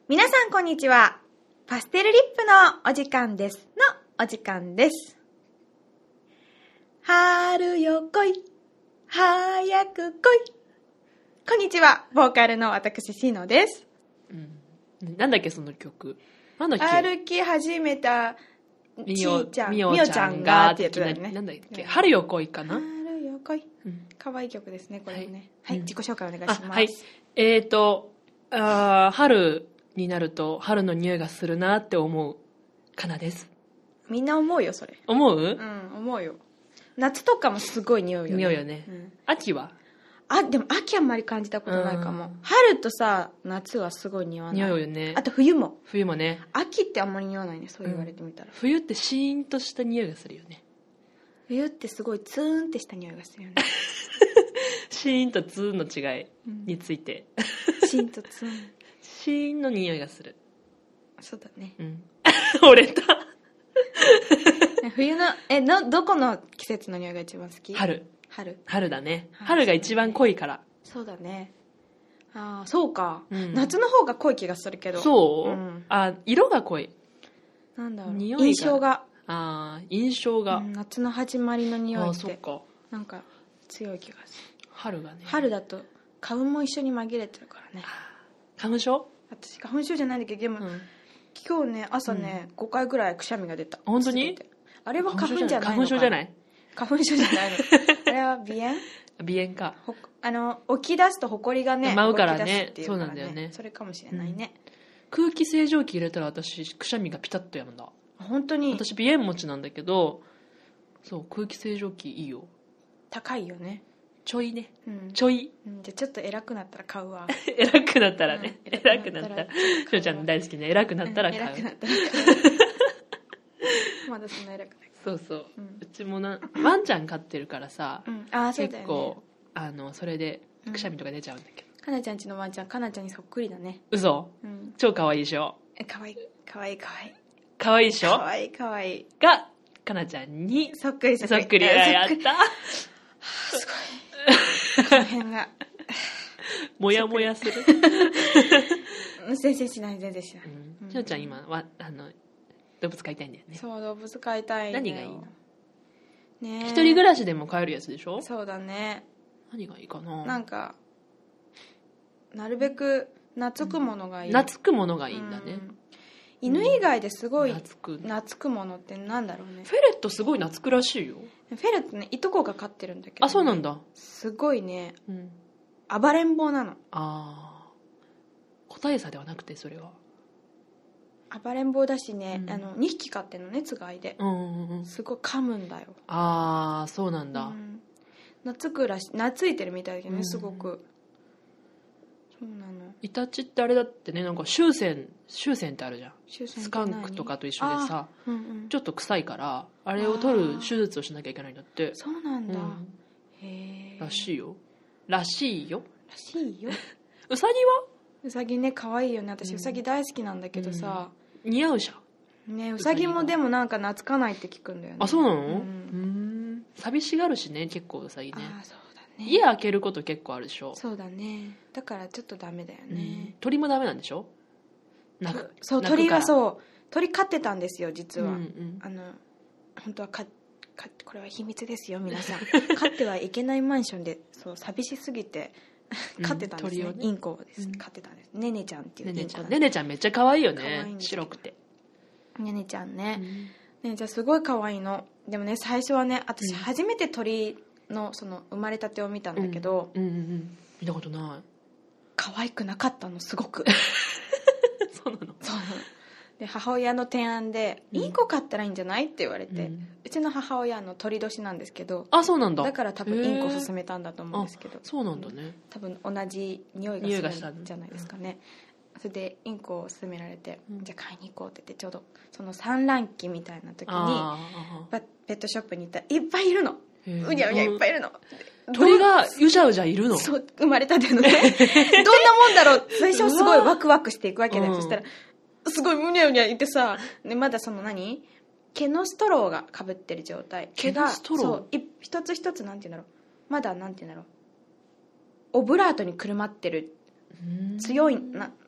皆さんこんにちは。パステルリップのお時間ですのお時間です。春よ来い、早く来い。こんにちは、ボーカルの私シノです。 なんだっけその曲。なんだっけ。 歩き始めたみおちゃんががってやつだよね。 なんだっけ。春よ来いかな。 春よ来い。可愛い曲ですねこれもね。はい、自己紹介お願いします。 はい。春になると春の匂いがするなって思うかなです。 みんな思うよそれ。 思う？ うん、思うよ。夏とかもすごい匂うよね。 匂うよね。秋は？ でも秋あんまり感じたことないかも。春とさ、夏はすごい匂わない。 匂うよね。 あと冬も。 冬もね。 秋ってあんまり匂わないね、そう言われてみたら。 冬ってシーンとした匂いがするよね。 冬ってすごいツーンってした匂いがするよね。 シーンとツーンの違いについて。 シーンとツーン。 シーンの匂いがする。 そうだね。 折れた。 冬の、どこの季節の匂いが一番好き？春だね。春が一番濃いから。 そうだね。ああ、そうか、夏の方が濃い気がするけど。 そう、色が濃い。 なんだろう。 匂いが印象が。 印象が、 夏の始まりの匂いって。 そうか。 なんか強い気がする。 春がね。 春だと花粉も一緒に紛れてるからね。 花粉症？ 私花粉症じゃないんだけど、でも、今日ね朝ね、5回ぐらいくしゃみが出た。 本当に？ あれは花粉じゃないのか。 花粉症じゃない？ 花粉症じゃないの。あれは鼻炎か。 起き出すとほこりがね舞うからね。そうなんだよね。 それかもしれないね。 空気清浄機入れたら私くしゃみがピタッとやむんだ。 本当に？ 私鼻炎持ちなんだけど、そう空気清浄機いいよ。 高いよね。 ちょいね。ちょい。 じゃあちょっと偉くなったら買うわ。 偉くなったらね。偉くなったら。しおちゃんの大好きな偉くなったら買う。 偉くなったら買う。まだそんな偉くない。 そうそう。うちもワンちゃん飼ってるからさ、結構それでくしゃみとか出ちゃうんだけど。 かなちゃんちのワンちゃん、かなちゃんにそっくりだね。 嘘？超可愛いでしょ。 可愛い可愛い可愛い可愛いでしょ。 可愛い可愛いがかなちゃんにそっくり。 そっくり。やった。 すごい。この辺がもやもやする。 全然しない。 しおちゃん今は動物飼いたいんだよね。 そう、動物飼いたいんだよ。 何がいいの？ ね、 一人暮らしでも飼えるやつでしょ。 そうだね。 何がいいかな。 なんかなるべく懐くものがいい。 懐くものがいいんだね。 犬以外ですごい懐くものってなんだろうね。 フェレットすごい懐くらしいよ。 フェレットね、いとこが飼ってるんだけど、ね、 そうなんだ。 すごいね、暴れん坊なの。 個体差ではなくて、それは暴れん坊だしね、2匹飼ってるのね、つがいで、すごい噛むんだよ。 そうなんだ。 懐いてるみたいだけどね、すごく。そうなの。 イタチってあれだってね、なんか臭腺ってあるじゃん。スカンクとかと一緒でさ、ちょっと臭いからあれを取る手術をしなきゃいけないんだって。 そうなんだ。へえ。 らしいよ。らしいよ。うさぎは？ うさぎね、可愛いよね。私うさぎ大好きなんだけどさ、 似合うじゃんね。うさぎもでもなんか懐かないって聞くんだよね。 そうなの？寂しがるしね、結構うさぎね。 そうだね。 家開けること結構あるでしょ。 そうだね。だからちょっとダメだよね。 鳥もダメなんでしょ。 そう、鳥はそう、鳥飼ってたんですよ実は。本当はこれは秘密ですよ皆さん。飼ってはいけないマンションで、そう寂しすぎて飼ってたんですね。インコを飼ってたんです。ねねちゃんっていうインコ。 ねねちゃんめっちゃ可愛いよね。白くて。 ねねちゃんね。ねねちゃんすごい可愛いの。でもね、最初はね、私初めて鳥のその生まれたてを見たんだけど、 見たことない。 可愛くなかったの、すごく。 そうなの。 そうで、母親の提案で、インコ飼ったらいいんじゃないって言われて、うちの母親の鳥年なんですけど、 そうなんだ。 だから多分インコ勧めたんだと思うんですけど、 そうなんだね。 多分同じ匂いがするんじゃないですかね。それでインコを勧められて、じゃあ買いに行こうって言って、ちょうどその産卵期みたいな時にペットショップに行ったらいっぱいいるの。うにゃうにゃいっぱいいるの。 鳥がうじゃうじゃいるの。 そう、生まれたてのね。どんなもんだろう。最初すごいワクワクしていくわけだよ。そしたらすごいうにゃうにゃいてさ、ね、まだその毛のストローがかぶってる状態。 毛がそう一つ一つなんていうんだろう。まだなんていうんだろう。オブラートにくるまってる。強い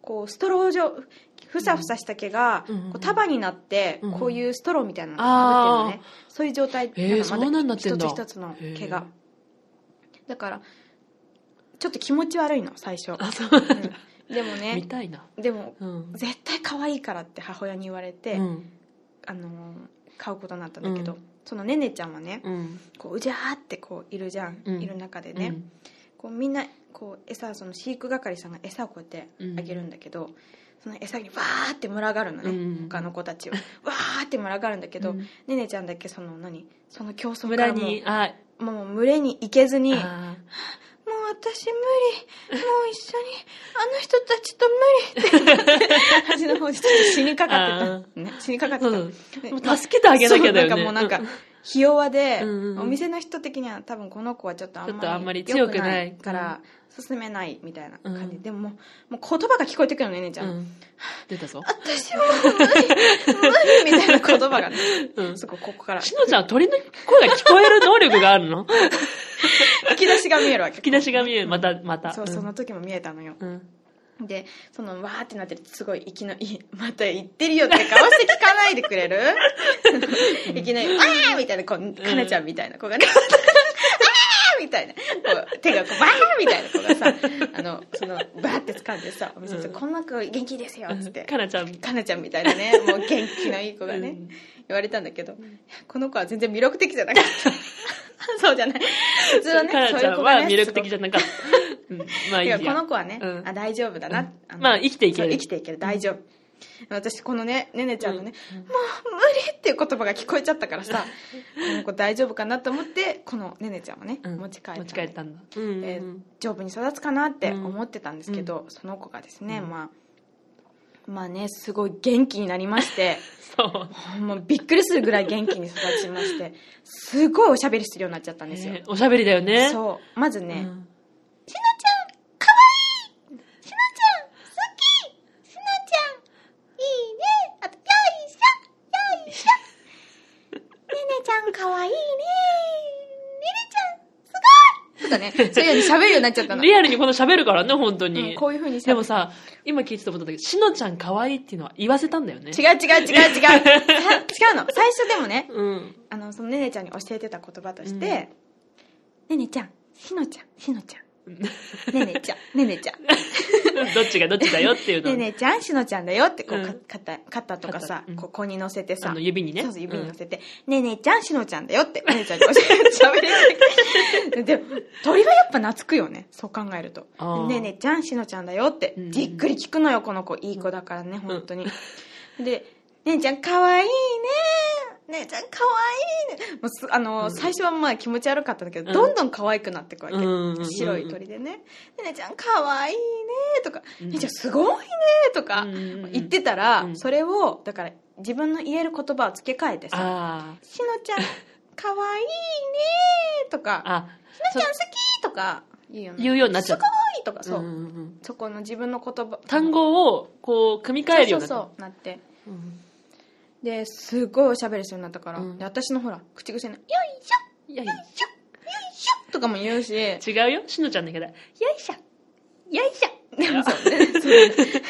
こうストロー状ふさふさした毛がこう束になってこういうストローみたいなのがかぶってるのね、そういう状態なの、 一つ一つの毛がだからちょっと気持ち悪いの最初。でもね見たいな。 でも、絶対可愛いからって母親に言われて、買うことになったんだけど、そのねねちゃんはね、こううじゃーってこういるじゃん、いる中でね、こうみんなこう餌、その飼育係さんが餌をこうやってあげるんだけど、その餌にわーって群がるのね、他の子たちはわーって群がるんだけど、ねねちゃんだけその競争からもう群れに行けずに、もう私無理、もう一緒にあの人たちと無理って端の方でちょっと死にかかってた、ね、死にかかってた、もう助けてあげなきゃだよね。 もうなんかひ弱で、お店の人的には多分この子はちょっとあんまり強くないから進めないみたいな感じ、でももう言葉が聞こえてくるのねねちゃん、 出たぞ、 私は無理みたいな言葉がね、そこからしのちゃんは鳥の声が聞こえる能力があるの吹き出しが見えるわけ。 吹き出しが見える、またそう、その時も見えたのよ、でそのわーってなってる、すごい息のいい、また言ってるよって顔して聞かないでくれるいきなりわーみたいな、こうかなちゃんみたいな子がねみたいな、こう手がこうバーみたいな子がさ、そのバーって掴んでさ、お店でこんな子元気ですよっつって、かなちゃんみたいなね、もう元気のいい子がね、言われたんだけど、この子は全然魅力的じゃなかったそうじゃない、普通はね、 かなちゃんは魅力的じゃなかったまあいいや、 この子はね、大丈夫だな、 まあ生きていける大丈夫。私このねねちゃんのね、もう無理っていう言葉が聞こえちゃったからさ、この子大丈夫かなと思ってこのねねちゃんをね、持ち帰ったんだ、丈夫に育つかなって思ってたんですけど、その子がですね、まあね、すごい元気になりましてそうもうびっくりするぐらい元気に育ちまして、すごいおしゃべりするようになっちゃったんですよ、 おしゃべりだよね。 そうまずね、しのちゃんかわいい、しのちゃん好き、しのちゃんいいね、あとよいしょねねちゃんかわいいね、ねねちゃんすごいとかね、そういうように喋るようになっちゃったの。 リアルにこの喋るからね、本当に、 こういう風にでもさ、今聞いてて思ったんだけど、しのちゃんかわいいっていうのは言わせたんだよね。 違うの。最初でもね、そのねねちゃんに教えてた言葉として、ねねちゃん、しのちゃんねねちゃんどっちがどっちだよっていうの。 ねねちゃん、しのちゃんだよって、こう、肩とかさ、ここに乗せてさ、 指にね。 そうそう、指に乗せて、ねねちゃん、しのちゃんだよって、ねねちゃんに教えて喋りで、鳥はやっぱ懐くよね、そう考えると。ねねちゃん、しのちゃんだよって、じっくり聞くのよ、この子。いい子だからね、本当に。で、ねねちゃん、かわいいねねえちゃんかわいいね、もう最初はまあ気持ち悪かったんだけど、どんどん可愛くなっていくわけ、白い鳥でね、ねえちゃんかわいいねとか、ねえちゃんすごいねとか言ってたら、それをだから自分の言える言葉を付け替えてさ、しのちゃんかわいいねとか、しのちゃん好きとか言うようになっちゃった。すごいとか、そう、そこの自分の言葉、 単語をこう組み替えるようになった。 そうなって、ですごいおしゃべりするようになったから、で私のほら口癖のよいしょよいしょよいしょとかも言うし、 違うよ、しのちゃんだけどよいしょよいしょでもそうね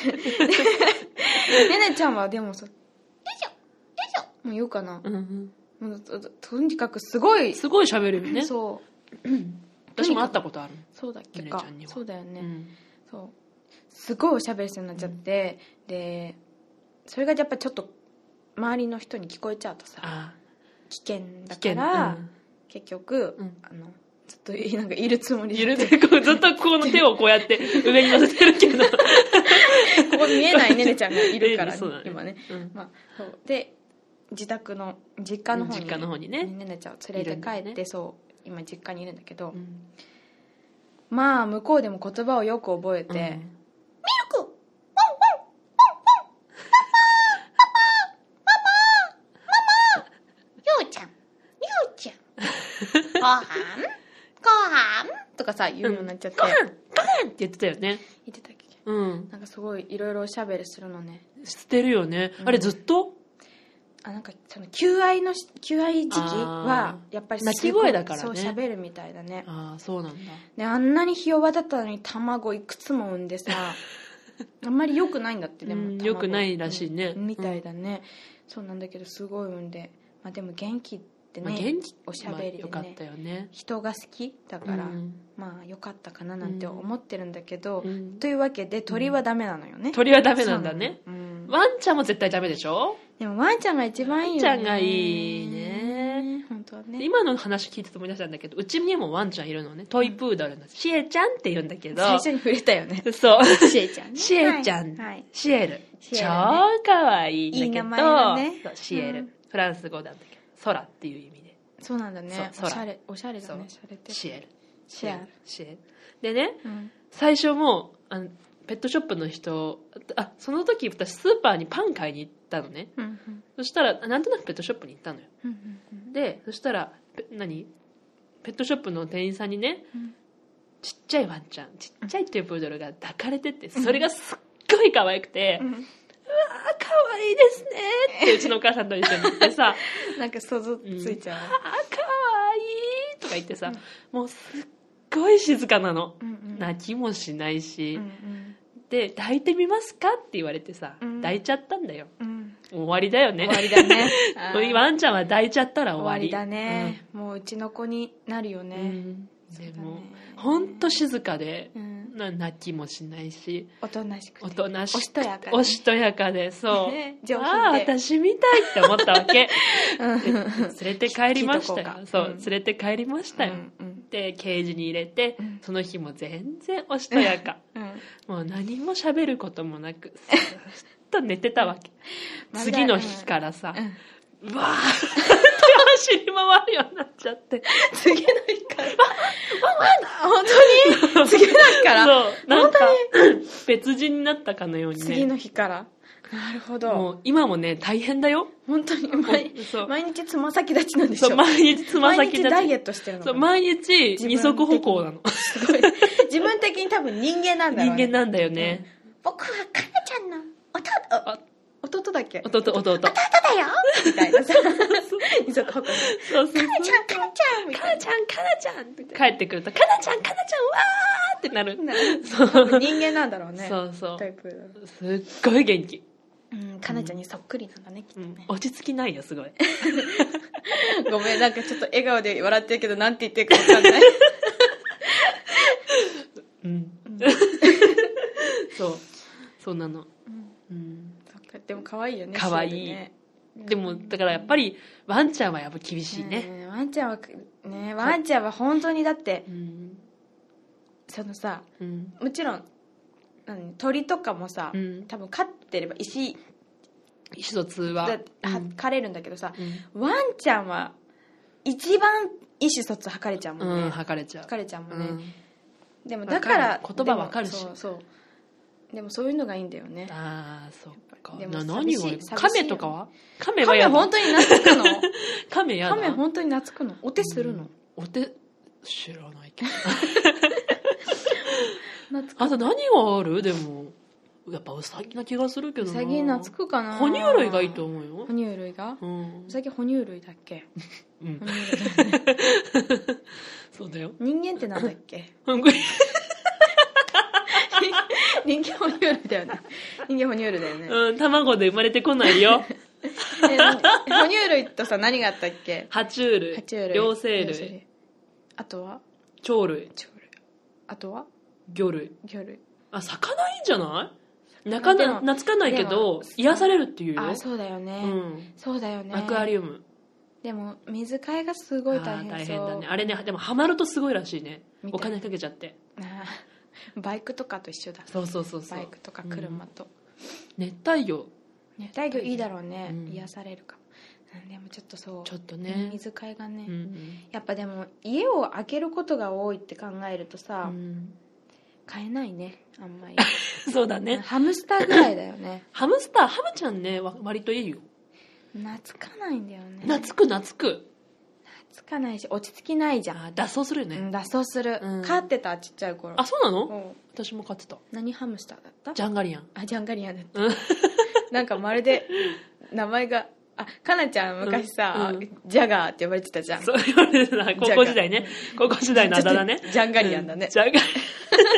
ねちゃんはでもそうよいしょよいしょもう言うかな、とにかくすごい喋るよね。 そう私も会ったことある。 そうだっけか、 ねちゃんには。 そうだよね、そうすごいおしゃべりするようになっちゃって、でそれがやっぱちょっと周りの人に聞こえちゃうとさ、危険だから、結局、ずっとなんかいるつもりでずっとこの手をこうやって上に乗せてるけどここ見えないねねちゃんがいるから、今ね、そうで実家の方にねねちゃんを連れて帰って、そう今実家にいるんだけど、まあ向こうでも言葉をよく覚えて、ミルクご飯とかさ言うようになっちゃって、ご飯って言ってたよね。 言ってたっけ、なんかすごいいろいろおしゃべりするのね。 してるよね、あれずっと。 なんかその求愛時期はやっぱり鳴き声だからね、 そう喋るみたいだね。 そうなんだ。 であんなにひ弱だったのに卵いくつも産んでさあんまり良くないんだってでも良くないらしいね、 みたいだね、そうなんだけどすごい産んで、まあ、でも元気ってね、 元気おしゃべりでね、 よかったよね、 人が好きだから、まあ良かったかななんて思ってるんだけど、というわけで鳥はダメなのよね、 鳥はダメなんだね、ワンちゃんも絶対ダメでしょ。 でもワンちゃんが一番いいよね。 ワンちゃんがいいね。 本当はね。 今の話聞いて思い出したんだけど、うちにもワンちゃんいるのね。トイプードルのシエちゃんって言うんだけど。 最初に触れたよね。 そう。 シエちゃんね。 シエちゃん。 はい、 シエル。超かわいいんだけど。いい名前だね。シエル。フランス語なんだけど。空っていう意味で。 そうなんだね。おしゃれ、おしゃれだね。 シエル。 シエル。 シエル。でね、最初もペットショップの人、その時私スーパーにパン買いに行ったのね、そしたらなんとなくペットショップに行ったのよ、でそしたらペットショップの店員さんにね、ちっちゃいワンちゃん、ちっちゃいトイプードルが抱かれてて、それがすっごい可愛くて、うわー可愛いですねってうちのお母さんと一緒に言ってさなんか想像ついちゃう、 可愛いとか言ってさ、もうすっごい静かなの、泣きもしないし、で抱いてみますかって言われてさ、抱いちゃったんだよ、もう終わりだよね。 終わりだねワンちゃんは抱いちゃったら終わりだね、もううちの子になるよね、 でもほんと静かで、泣きもしないしおとなしくておとなしくおしとやかで、 おしとやかで、そう上品で、 私みたいって思ったわけ連れて帰りましたよ、そう連れて帰りましたよ、でケージに入れて、その日も全然おしとやか、もう何も喋ることもなくずっと寝てたわけ次の日からさ、うわー走り回るようになっちゃって、 次の日から本当に次の日からそうなんか別人になったかのようにね、 次の日から、なるほど、 もう今もね大変だよ本当に毎日つま先立ちなんでしょ。 そう毎日つま先立ち、 毎日ダイエットしてるの。 そう毎日二足歩行なの。 すごい自分的に多分人間なんだろうね。 人間なんだよね、 僕はかなちゃんの弟だっけ、 弟だよみたいなさ二足歩行、 そうかなちゃんって帰ってくると、かなちゃんわーってなる、 そう人間なんだろうね。 そうタイプだ、 すっごい元気、 かなちゃんにそっくりなんだね、きっとね。 落ち着きないよすごいごめん、なんかちょっと笑顔で笑ってるけどなんて言ってるか分かんないそうなの、 でも可愛いよね。 可愛い、でもだからやっぱりワンちゃんはやっぱ厳しいね、 ワンちゃんは本当にだって、そのさ、もちろん鳥とかもさ、多分飼ってれば意思疎通は飼れるんだけどさ、ワンちゃんは一番意思疎通図れちゃうもんね、 図れちゃうもんね、でもだから言葉わかるし、 そうでもそういうのがいいんだよね。 ああ、そっか。 でも何を亀とかは？ 亀本当に懐くの？ 亀やだ。 亀本当に懐くの？お手するの？ お手知らないけど。あと何がある？でもやっぱウサギな気がするけどな。 ウサギ懐くかな？ 哺乳類がいいと思うよ。 哺乳類が？ウサギ哺乳類だっけ？ 哺乳類だね。そうだよ。 人間ってなんだっけ？人間哺乳類だよね。人間哺乳類だよね。 卵で生まれてこないよ。 哺乳類とさ、何があったっけ？ 爬虫類、両生類、 あとは鳥類、 あとは魚類。あ、魚いいんじゃない？懐かないけど癒されるっていうよ。 あ、そうだよね。そうだよね。 アクアリウム。 でも水替えがすごい大変そう。 大変だね。あれね、でもハマるとすごいらしいね。お金かけちゃって。 バイクとかと一緒だ。 そうバイクとか車と、 熱帯魚いいだろうね、癒されるかも。でもちょっとそう、 ちょっとね、 水替えがね、やっぱでも家を開けることが多いって考えるとさ、買えないね、あんまり。 そうだね。 ハムスターぐらいだよね。 ハムちゃんね、割といいよ。 懐かないんだよね。 懐くつかないし落ち着きないじゃん。 脱走するよね。 脱走する、飼ってた、ちっちゃい頃。 あ、そうなの？私も飼ってた。 何ハムスターだった？ ジャンガリアン。 あ、ジャンガリアンだった。なんかまるで名前が、かなちゃん昔さ、ジャガーって呼ばれてたじゃん。 そう言われてた。高校時代ね。高校時代のあだ名ね。 ジャンガリアンだね。 ジャンガリ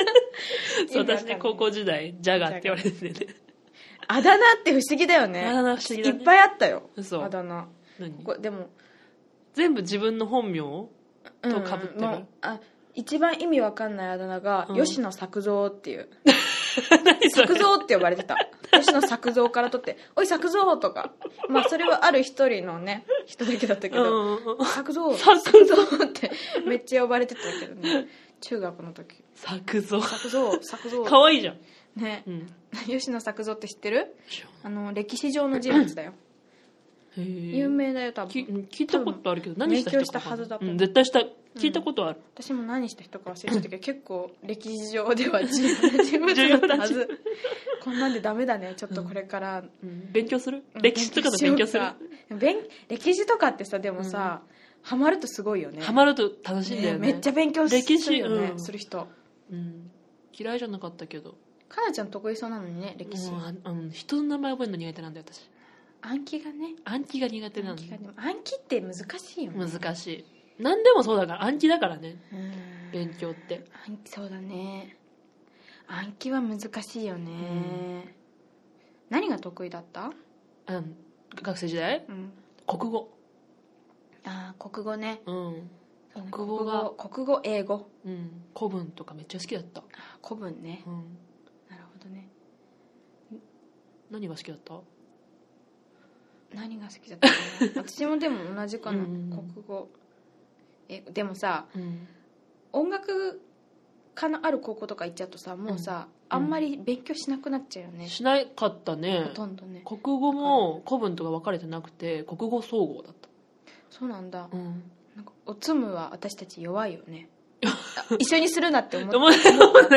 そう私ね高校時代ジャガーって言われててね。 あだ名って不思議だよね。 あだ名不思議だね。 いっぱいあったよ。 嘘。 あだ名。でも全部自分の本名と被ってる。 一番意味わかんないあだ名が、吉野作造っていう。作造って呼ばれてた。吉野作造から取って「おい作造」とか、まあそれはある一人のね人だけだったけど、作造ってめっちゃ呼ばれてたけどね、中学の時。作造かわいいじゃんね、吉野作造って知ってる？歴史上の人物だよ。有名だよ多分。 聞いたことあるけど何した人か。 勉強したはずだと思う。 絶対聞いたことある。 私も何した人か忘れちゃったけど結構歴史上では重要だったはず。こんなんでダメだね、ちょっとこれから、 勉強する？歴史とかの勉強する？ 歴史とかってさ、でもさ、ハマるとすごいよね。 ハマると楽しいんだよね。 めっちゃ勉強するよね、する人。 嫌いじゃなかったけど。 かなちゃん得意そうなのにね、歴史。 人の名前覚えるの苦手なんだよ私。 暗記がね。 暗記が苦手なの。 暗記って難しいよね。 難しい。何でもそうだから、暗記だからね、勉強って。 そうだね、暗記は難しいよね。何が得意だった？ 学生時代？国語。 国語ね。 国語、 英語。 古文とかめっちゃ好きだった。 古文ね。なるほどね。 何が好きだった？ 何が好きだったかな。私もでも同じかな、国語。でもさ、音楽科のある高校とか行っちゃうとさ、もうさ、あんまり勉強しなくなっちゃうよね。 しなかったね。 ほとんどね。 国語も古文とか分かれてなくて国語総合だった。 そうなんだ。なんかおつむは私たち弱いよね。一緒にするなって思って。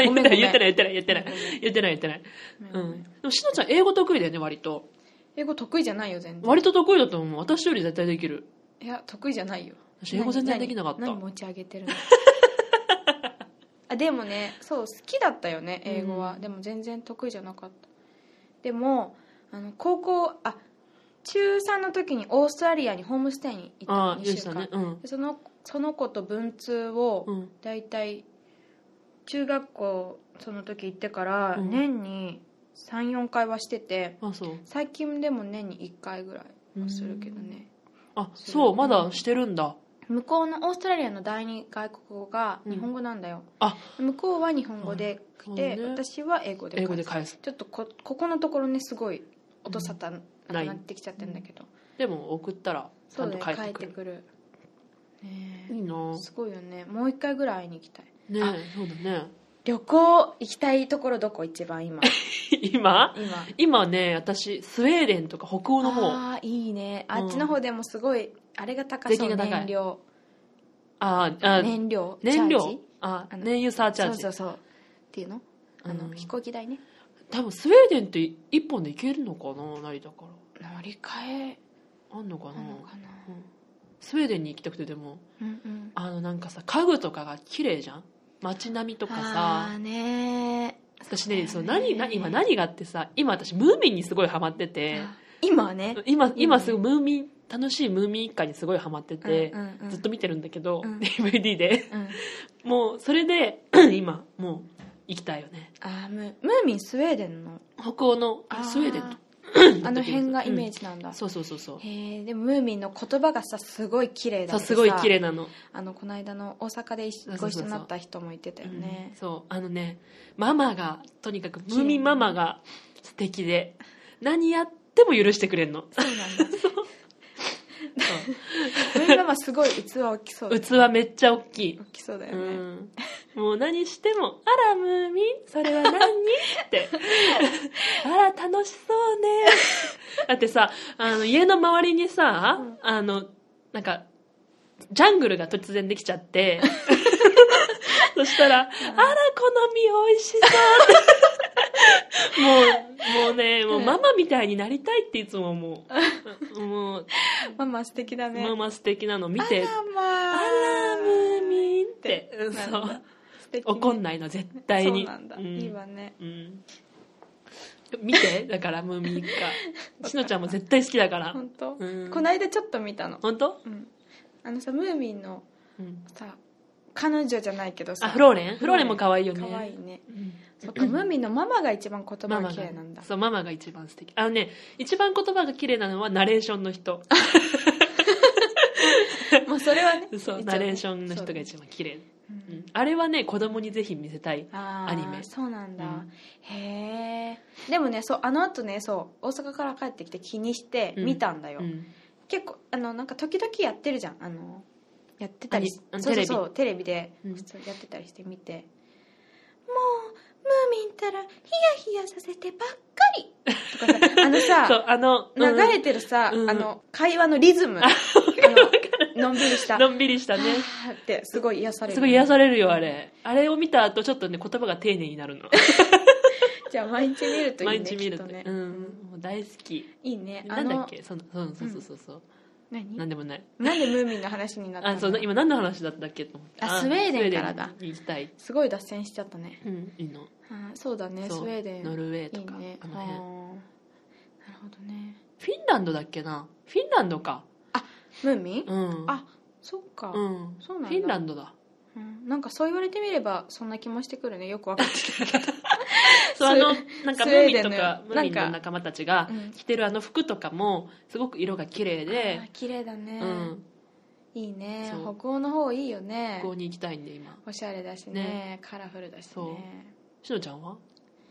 言ってない。でもしのちゃん英語得意だよね割と。 英語得意じゃないよ全然。 割と得意だと思う。私より絶対できる。 いや得意じゃないよ。 私英語全然できなかった。 何持ち上げてるの？でもね、そう好きだったよね英語は。でも全然得意じゃなかった。でも高校中3の時にオーストラリアにホームステイに行った2週間。その子と文通をだいたい中学校その時行ってから年に 3,4 回はしてて、最近でも年に1回ぐらいはするけどね。 そうまだしてるんだ。 向こうのオーストラリアの第二外国語が日本語なんだよ。向こうは日本語で来て、私は英語で返す。ちょっとここのところねすごい音沙汰なくなってきちゃってるんだけど、 でも送ったらちゃんと帰ってくる。いいな。 すごいよね。もう1回ぐらい会いに行きたいね。そうだね。 旅行行きたいところどこ一番今ね、私スウェーデンとか北欧の方。 いいね。あっちの方でもすごいあれが高そう。燃料燃油サーチャージ。 そうっていうの飛行機代ね。 多分スウェーデンって一本で行けるのかな、成田から。 乗り換えあんのかな。スウェーデンに行きたくて。でもなんかさ家具とかが綺麗じゃん、街並みとかさ。私ね、今何があってさ、今私ムーミンにすごいハマってて。今すごい楽しいムーミン一家にすごいハマってて、ずっと見てるんだけど、DVD で、もうそれで今もう行きたいよね。 ムーミンスウェーデンの北欧のスウェーデンとあの辺がイメージなんだ。 そう。 でもムーミンの言葉がさすごい綺麗だってさ。 すごい綺麗なの。 この間の大阪でご一緒になった人も言ってたよね。 ママがとにかくムーミンママが素敵で、何やっても許してくれんの。そうなんだ。 ムーミンママすごい器大きそう。 器めっちゃ大きい。 大きそうだよね。 もう何しても、あらムーミンそれは何ってあら楽しそうね。だってさ、家の周りにさ、なんかジャングルが突然できちゃってそしたら、あらこの実おいしそうもうね、もうママみたいになりたいっていつも思う。もうママ素敵だね。 ママ素敵なの見て、 あらムーミンってそう怒んないの絶対に。 そうなんだ、いいわね。 見て、だからムーミンかしのちゃんも絶対好きだから。 本当？この間ちょっと見たの。 本当？ さムーミンのさ彼女じゃないけどさ、 フローレンも可愛いよね。 可愛いね、そっか、ムーミンのママが一番言葉が綺麗なんだ。 そう、ママが一番素敵。一番言葉が綺麗なのはナレーションの人。 もうそれはね、 そう、ナレーションの人が一番綺麗。あれはね、子供にぜひ見せたいアニメ。 そうなんだ、へえ。でもね、そう、あの後ね、そう大阪から帰ってきて気にして見たんだよ、結構なんか時々やってるじゃん、やってたり、そうテレビで普通やってたりして見て、もうムーミンったらヒヤヒヤさせてばっかりとかさ、そう流れてるさ、会話のリズム、のんびりしたのんびりしたねってすごい癒される。 すごい癒されるよ、あれを見た後ちょっとね、言葉が丁寧になるの。 じゃあ毎日見るといいね。 毎日見るとね、 もう大好き。 いいね。 なんだっけ、そうなんでもない。 なんでムーミンの話になったの？ そう、今何の話だったっけと思って。 スウェーデンからだ。 行きたい。 すごい脱線しちゃったね。 いいの。 そうだね、スウェーデン、 ノルウェーとか、 いいね、 あの辺。 なるほどね。 フィンランドだっけな。フィンランドか。 ムーミン？ あ、 そっか。そうなんだ。 フィンランドだ。 なんかそう言われてみればそんな気もしてくるね。よく分かってきたけど。 そう、なんかムーミンとかムーミンの仲間たちが着てる服とかもすごく色が綺麗で。 綺麗だね。いいね。北欧の方いいよね。 北欧に行きたいんで今。 おしゃれだしね、カラフルだしね。 しのちゃんは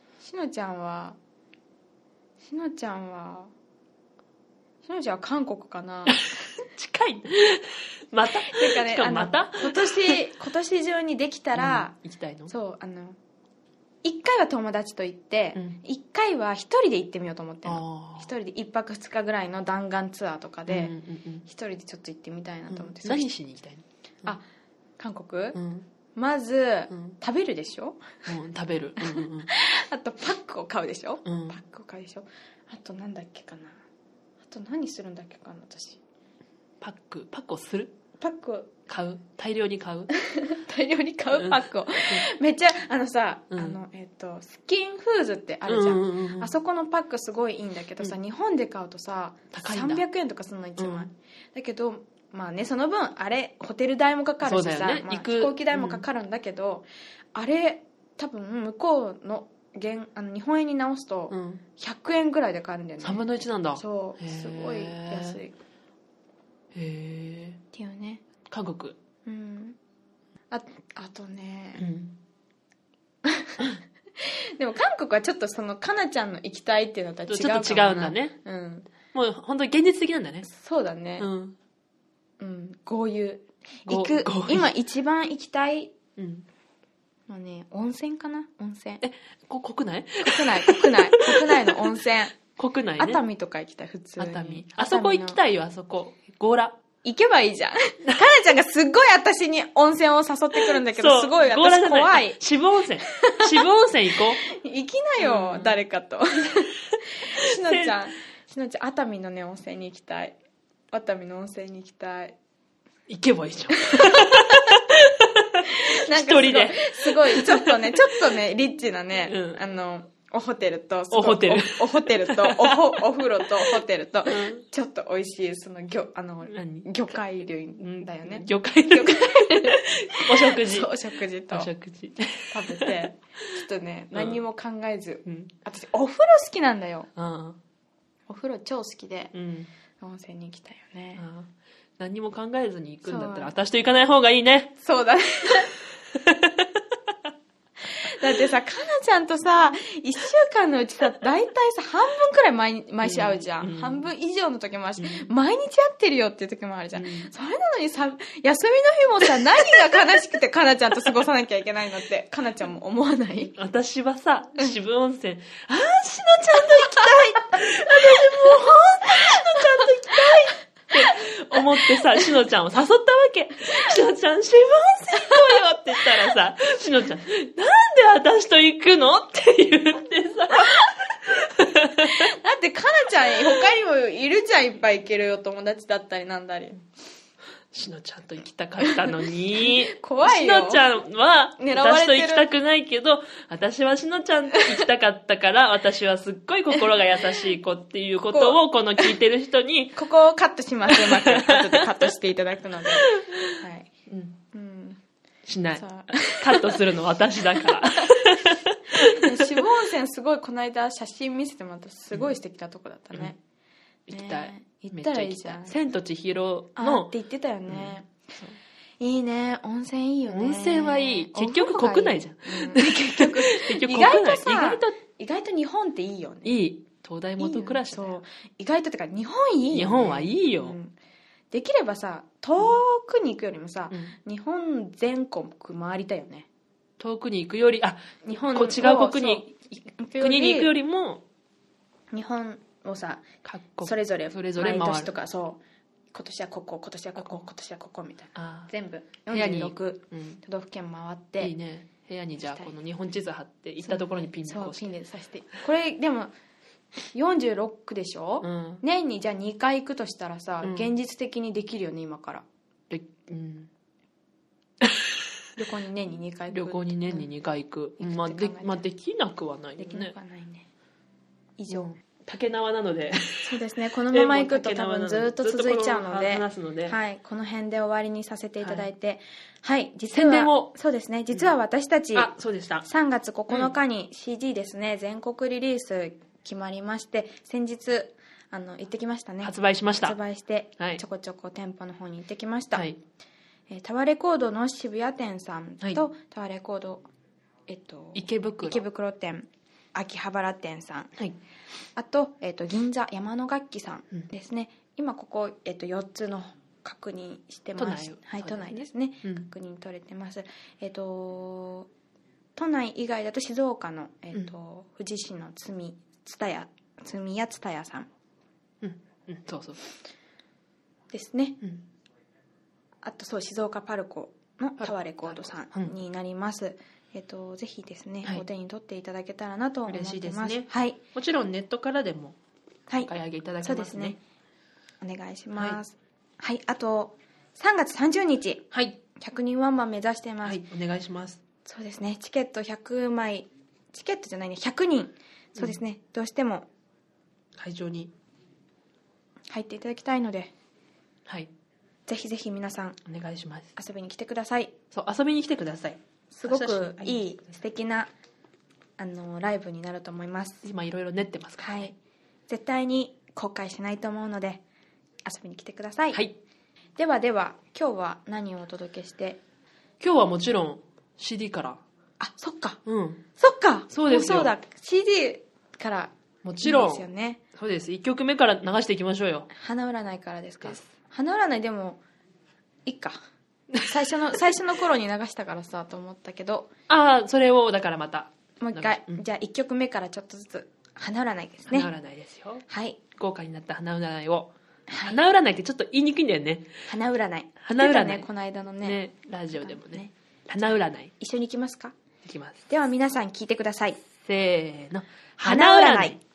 韓国かな。 近い。また。 てかね、 また今年中にできたら、 行きたいの？ そう、1回は友達と行って、1回は1人で行ってみようと思ってるの。1人で1泊2日ぐらいの弾丸ツアーとかで、1人でちょっと行ってみたいなと思って。 何しに行きたいの？ 韓国？まず、食べるでしょ？ 食べる。 あとパックを買うでしょ？あとなんだっけかな。あと何するんだっけかな、私。 パックをする？ パックを買う？大量に買うパックを。めっちゃスキンフーズってあるじゃん。あそこのパックすごいいいんだけどさ、日本で買うとさ、300円とかするの1枚。だけど、まあね、その分あれホテル代もかかるしさ、飛行機代もかかるんだけど、あれ多分向こうの日本円に直すと100円ぐらいで買えるんだよね。 3分の1なんだ。 そう、すごい安い。 へえ。 っていうね。 韓国。 あとね、でも韓国はちょっとかなちゃんの行きたいっていうのとは違うかもな。 ちょっと違うんだね。もう本当に現実的なんだね。 そうだね。豪遊。今一番行きたいのね、温泉かな？温泉。 国内の温泉。 国内ね。 熱海とか行きたい、普通に。 熱海。あそこ行きたいよ、あそこ。強羅。 行けばいいじゃん。かなちゃんがすっごい私に温泉を誘ってくるんだけど、すごい私怖い。 渋温泉行こう。 行きなよ、誰かと。しのちゃん、熱海のね、温泉に行きたい。 行けばいいじゃん。 なんか一人で。すごい、ちょっとね、リッチなね、おホテルと、お風呂と、ホテルと、ちょっと美味しい、魚介類だよね。 魚介類。お食事。 お食事と。食べて、ちょっとね、何も考えず。私、お風呂好きなんだよ。お風呂超好きで、温泉に行きたいよね。 何も考えずに行くんだったら、私と行かない方がいいね。 そうだね。だってさ、かなちゃんとさ、1週間のうちさ、大体さ、半分くらい毎週会うじゃん。半分以上の時もあるし、毎日会ってるよっていう時もあるじゃん。それなのにさ、休みの日もさ、何が悲しくてかなちゃんと過ごさなきゃいけないのって、かなちゃんも思わない？ 私はさ、渋温泉、しのちゃんと行きたい。私もう本当にしのちゃんと行きたい。って思ってさ、しのちゃんを誘ったわけ。しのちゃん、渋温泉行こうよって言ったらさ、しのちゃん、なんで私と行くのって言ってさ。 だってかなちゃん、他にもいるじゃん、いっぱい行けるよ、友達だったりなんだり。 しのちゃんと行きたかったのに。 怖いよ。 しのちゃんは、私と行きたくないけど、私はしのちゃんと行きたかったから、私はすっごい心が優しい子っていうことを、この聞いてる人に。 ここをカットします。うまく。後でカットしていただくので。はい。 しない。カットするの私だから。 渋温泉すごいこの間写真見せてもらったらすごい素敵なとこだったね。 行きたい。 行ったらいいじゃん。 千と千尋の。 って言ってたよね。いいね、温泉いいよね。 温泉はいい。結局国内じゃん。 結局意外と日本っていいよね。 いい。東大元暮らしだよ。 意外とってか日本いいよね。 日本はいいよ。 できればさ、遠くに行くよりもさ、日本全国回りたいよね。 遠くに行くより、日本違う国に行くよりも、 日本をさ、それぞれ毎年とか、そう今年はここ、今年はここ、今年はここみたいな、全部46都道府県回って、 いいね。部屋にじゃあこの日本地図貼って行ったところにピンでこうして、 ピンで刺して、これでも46でしょ、年にじゃあ2回行くとしたらさ、現実的にできるよね今から。旅行に年に2回行く。 旅行に年に2回行く。できなくはないよね。 できなくはないね。以上。 竹縄なので。 そうですね。このまま行くと多分ずっと続いちゃうので、はい、この辺で終わりにさせていただいて、はい、実は宣伝を、そうですね。実は私たち、 そうでした。 3月9日に CD ですね、全国リリース決まりまして、先日行ってきましたね。 発売しました。 発売して、ちょこちょこ店舗の方に行ってきました。はい。タワレコードの渋谷店さんと、タワレコード、池袋店、秋葉原店さん、あと、銀座山の楽器さんですね。今ここ、4つの確認してます。はい、都内ですね。確認取れてます。都内以外だと静岡の、富士市のつみやつたやさん、 そうそうですね。あとそう静岡パルコのタワレコードさんになります。ぜひですね、お手に取っていただけたらなと思ってます。嬉しいですね。はい。 もちろんネットからでもお買い上げいただけますね。そうですね。 お願いします。はい。あと3月30日、100人ワンマン目指してます。はい、 お願いします。 そうですね。チケット100枚、チケットじゃないね、100人。そうですね。どうしても会場に入っていただきたいので、 はい。 ぜひぜひ皆さんお願いします。 遊びに来てください。 そう、遊びに来てください。 すごくいい素敵なライブになると思います。 今いろいろ練ってますからね。はい。 絶対に後悔しないと思うので遊びに来てください。 はい。 では今日は何をお届けして？ 今日はもちろん CD から。 そっか。 そっか。そうですよ。 そうだ。CD からもちろんですよね。 そうです。1曲目から流していきましょうよ。 花占いからですか？花占いでもいいか。最初の頃に流したからさと思ったけど。 それをだからまたもう一回、じゃあ1曲目からちょっとずつ花占いですね。 花占いですよ。 はい。 豪華になった花占いを。花占いってちょっと言いにくいんだよね。 花占い。 花占いね、この間のね。 ラジオでもね。花占い。 一緒に行きますか？ 行きます。 では皆さん聞いてください。 せーの。花占い。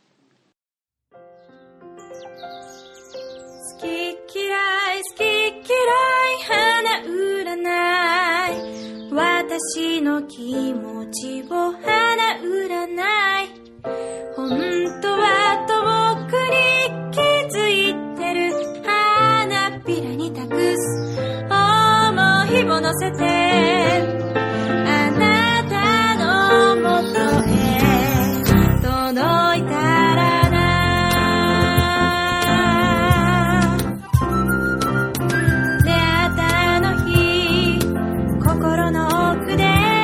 好き嫌い花占い、私の気持ちを花占い、本当は遠くに気づいてる花びらに託す思いを乗せてあなたのもとへ届いたらな、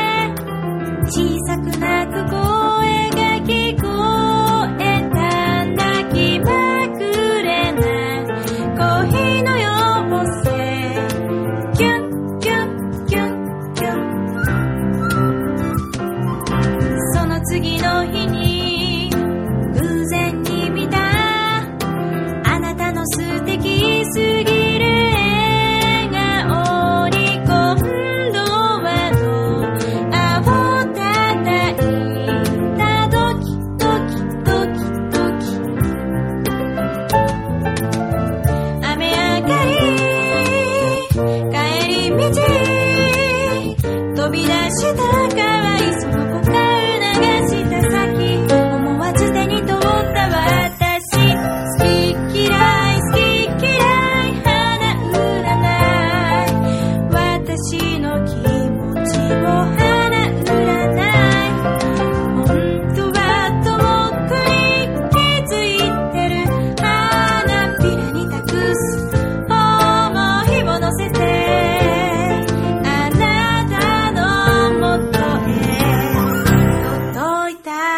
小さく泣く声が聞こえたんた